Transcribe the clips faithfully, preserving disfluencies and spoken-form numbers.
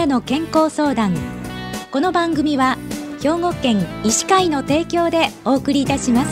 なの健康相談。この番組は兵庫県医師会の提供でお送りいたします。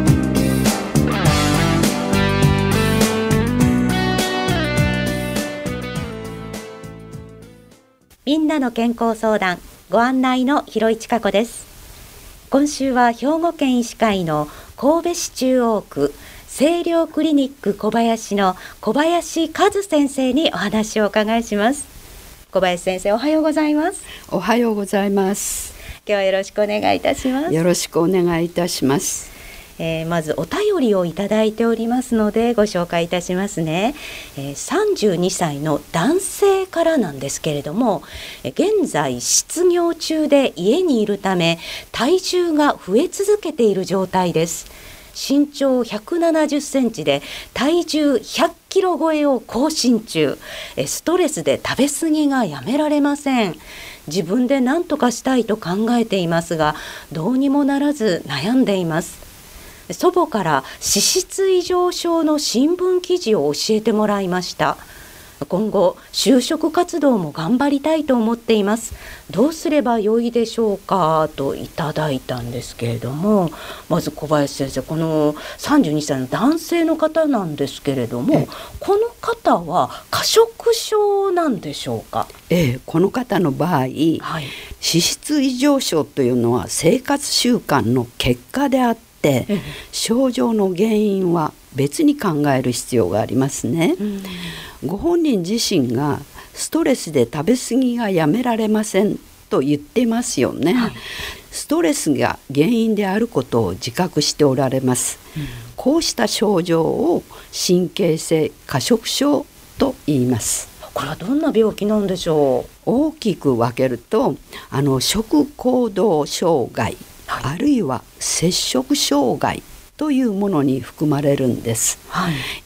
みんなの健康相談、ご案内の広市加子です。今週は兵庫県医師会の神戸市中央区清涼クリニック小林の小林和先生にお話をお伺いします。小林先生、おはようございます。 おはようございます。 今日はよろしくお願いいたします。 よろしくお願いいたします。 えー、まずお便りをいただいておりますのでご紹介いたしますね。えー、さんじゅうにさいの男性からなんですけれども、えー、現在失業中で家にいるため体重が増え続けている状態です。身長ひゃくななじゅっセンチで体重ひゃっキロ超えを更新中。えー、ストレスで食べ過ぎがやめられません。自分で何とかしたいと考えていますが、どうにもならず悩んでいます。祖母から脂質異常症の新聞記事を教えてもらいました。今後就職活動も頑張りたいと思っています。どうすればよいでしょうか、といただいたんですけれども、まず小林先生、このさんじゅうにさいの男性の方なんですけれども、この方は過食症なんでしょうか。 ええ、この方の場合、はい、脂質異常症というのは生活習慣の結果であって、うん、症状の原因は別に考える必要がありますね。うん、ご本人自身がストレスで食べ過ぎがやめられませんと言ってますよね。はい、ストレスが原因であることを自覚しておられます。うん、こうした症状を神経性過食症と言います。 これはどんな病気なんでしょう。 大きく分けると、あの食行動障害、はい、あるいは摂食障害というものに含まれるんです。はい、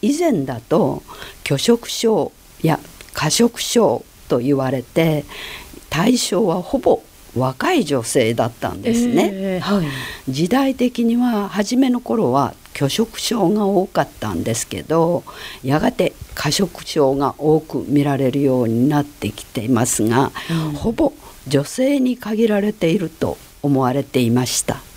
以前だと拒食症や過食症と言われて、対象はほぼ若い女性だったんですね。えーはい、時代的には初めの頃は拒食症が多かったんですけど、やがて過食症が多く見られるようになってきていますが、うん、ほぼ女性に限られていると思われていました。 うん、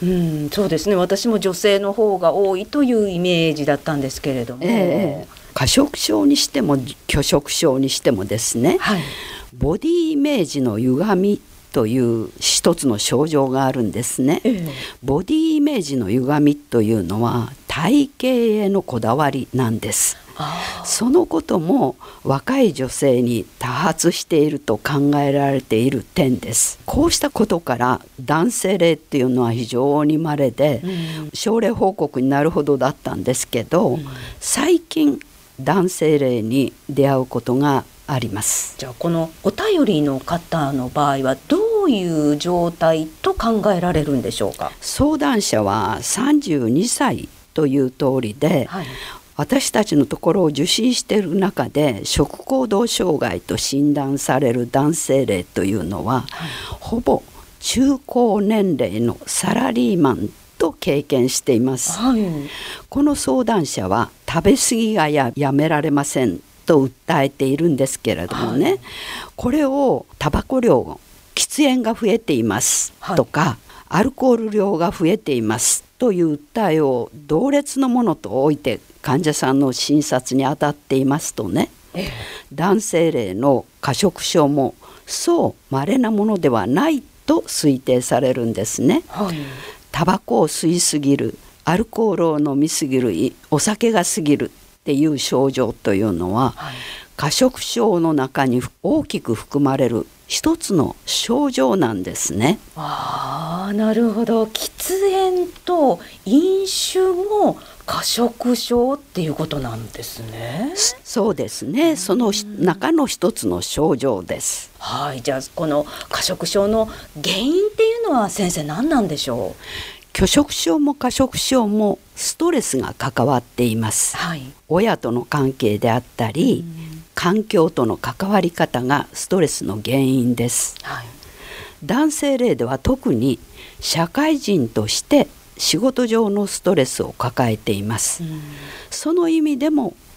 そうですね。私も女性の方が多いというイメージだったんですけれども、 えー、過食症にしても拒食症にしてもですね、はい、ボディイメージの歪みという一つの症状があるんですね。えー、ボディイメージの歪みというのは体型へのこだわりなんです。そのことも若い女性に多発していると考えられている点です。こうしたことから男性例っていうのは非常に稀で、うん、症例報告になるほどだったんですけど、うん、最近男性例に出会うことがあります。 じゃあこのお便りの方の場合はどういう状態と考えられるんでしょうか。 相談者はさんじゅうにさいという通りで、はい、私たちのところを受診している中で食行動障害と診断される男性例というのは、はい、ほぼ中高年齢のサラリーマンと経験しています。はい、この相談者は食べ過ぎが や, やめられませんと訴えているんですけれどもね、はい、これをタバコ量、喫煙が増えていますとか、はい、アルコール量が増えていますという訴えを同列のものと置いて患者さんの診察に当たっていますとね、ええ、男性例の過食症もそう稀なものではないと推定されるんですね。はい、タバコを吸いすぎる、アルコールを飲みすぎる、お酒が過ぎるっていう症状というのは、はい、過食症の中に大きく含まれる一つの症状なんですね。 ああ、なるほど。喫煙と飲酒も過食症っていうことなんですね。 そうですね。その中の一つの症状です。 はい、じゃあこの過食症の原因っていうのは先生何なんでしょう。 拒食症も過食症もストレスが関わっています。はい、親との関係であったり、環境との関わり方がストレスの原因です。はい、男性例では特に社会人として仕事上のストレスを抱えています。うん、その意味でも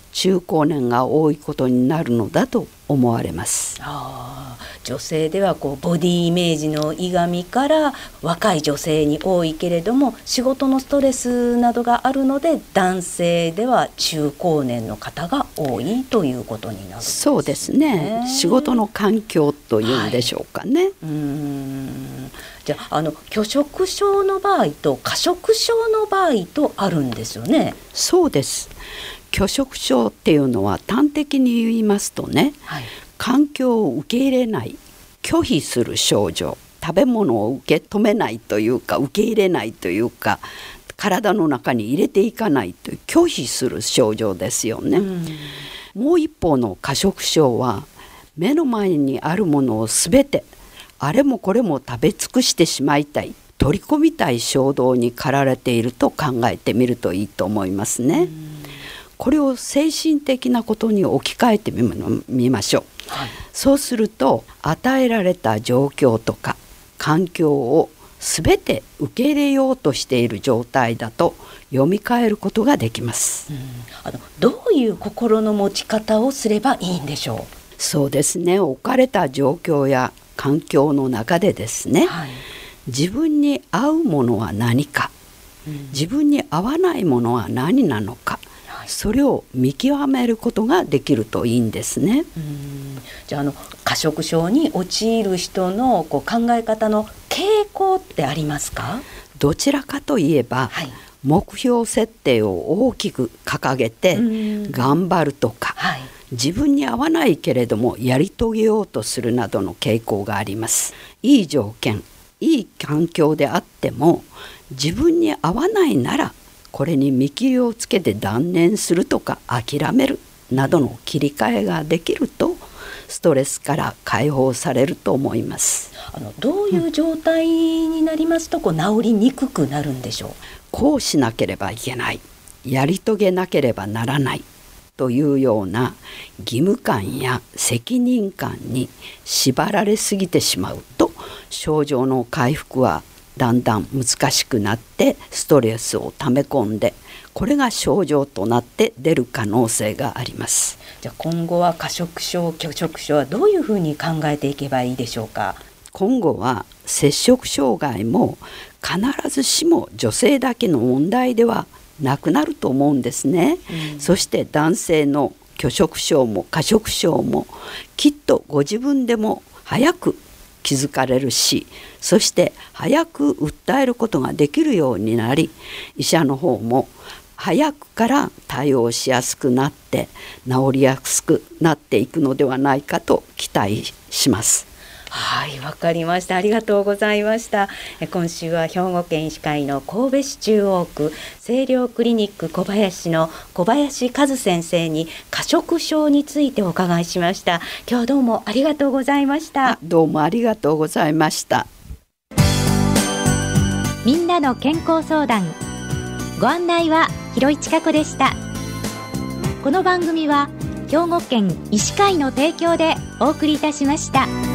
中高年が多いことになるのだと思われます。 あ女性ではこうボディイメージの歪みから若い女性に多いけれども、仕事のストレスなどがあるので男性では中高年の方が多いということになるんですね。そうですね。 仕事の環境というんでしょうかね、はい、 うーんじゃあ、あの拒食症の場合と過食症の場合とあるんですよね。 そうです。拒食症っていうのは端的に言いますとね、はい、環境を受け入れない、拒否する症状、食べ物を受け止めないというか、受け入れないというか、体の中に入れていかないという拒否する症状ですよね。うん、もう一方の過食症は、目の前にあるものをすべてあれもこれも食べ尽くしてしまいたい、取り込みたい衝動に駆られていると考えてみるといいと思いますね。うん、これを精神的なことに置き換えてみましょう。はい、そうすると、与えられた状況とか環境をすべて受け入れようとしている状態だと読み替えることができます。うん、 あのどういう心の持ち方をすればいいんでしょう。 そうですね。置かれた状況や環境の中でですね、はい、自分に合うものは何か、うん、自分に合わないものは何なのか、それを見極めることができるといいんですね。 うん、じゃあ、あの過食症に陥る人のこう考え方の傾向ってありますか？ どちらかといえば、はい、目標設定を大きく掲げて頑張るとか、はい、自分に合わないけれどもやり遂げようとするなどの傾向があります。いい条件、いい環境であっても、自分に合わないならこれに見切りをつけて断念するとか諦めるなどの切り替えができると、ストレスから解放されると思います。 あのどういう状態になりますとこう治りにくくなるんでしょう？ こうしなければいけない、やり遂げなければならないというような義務感や責任感に縛られすぎてしまうと、症状の回復はだんだん難しくなってストレスを溜め込んで、これが症状となって出る可能性があります。 じゃあ今後は過食症、拒食症はどういうふうに考えていけばいいでしょうか？ 今後は摂食障害も必ずしも女性だけの問題ではなくなると思うんですね。うん、そして男性の拒食症も過食症もきっとご自分でも早く気づかれるし、そして早く訴えることができるようになり、医者の方も早くから対応しやすくなって治りやすくなっていくのではないかと期待します。 はい、わかりました。ありがとうございました。今週は兵庫県医師会の神戸市中央区清涼クリニック小林の小林和先生に過食症についてお伺いしました。今日はどうもありがとうございました。 どうもありがとうございました。 みんなの健康相談、ご案内は広井千佳子でした。この番組は兵庫県医師会の提供でお送りいたしました。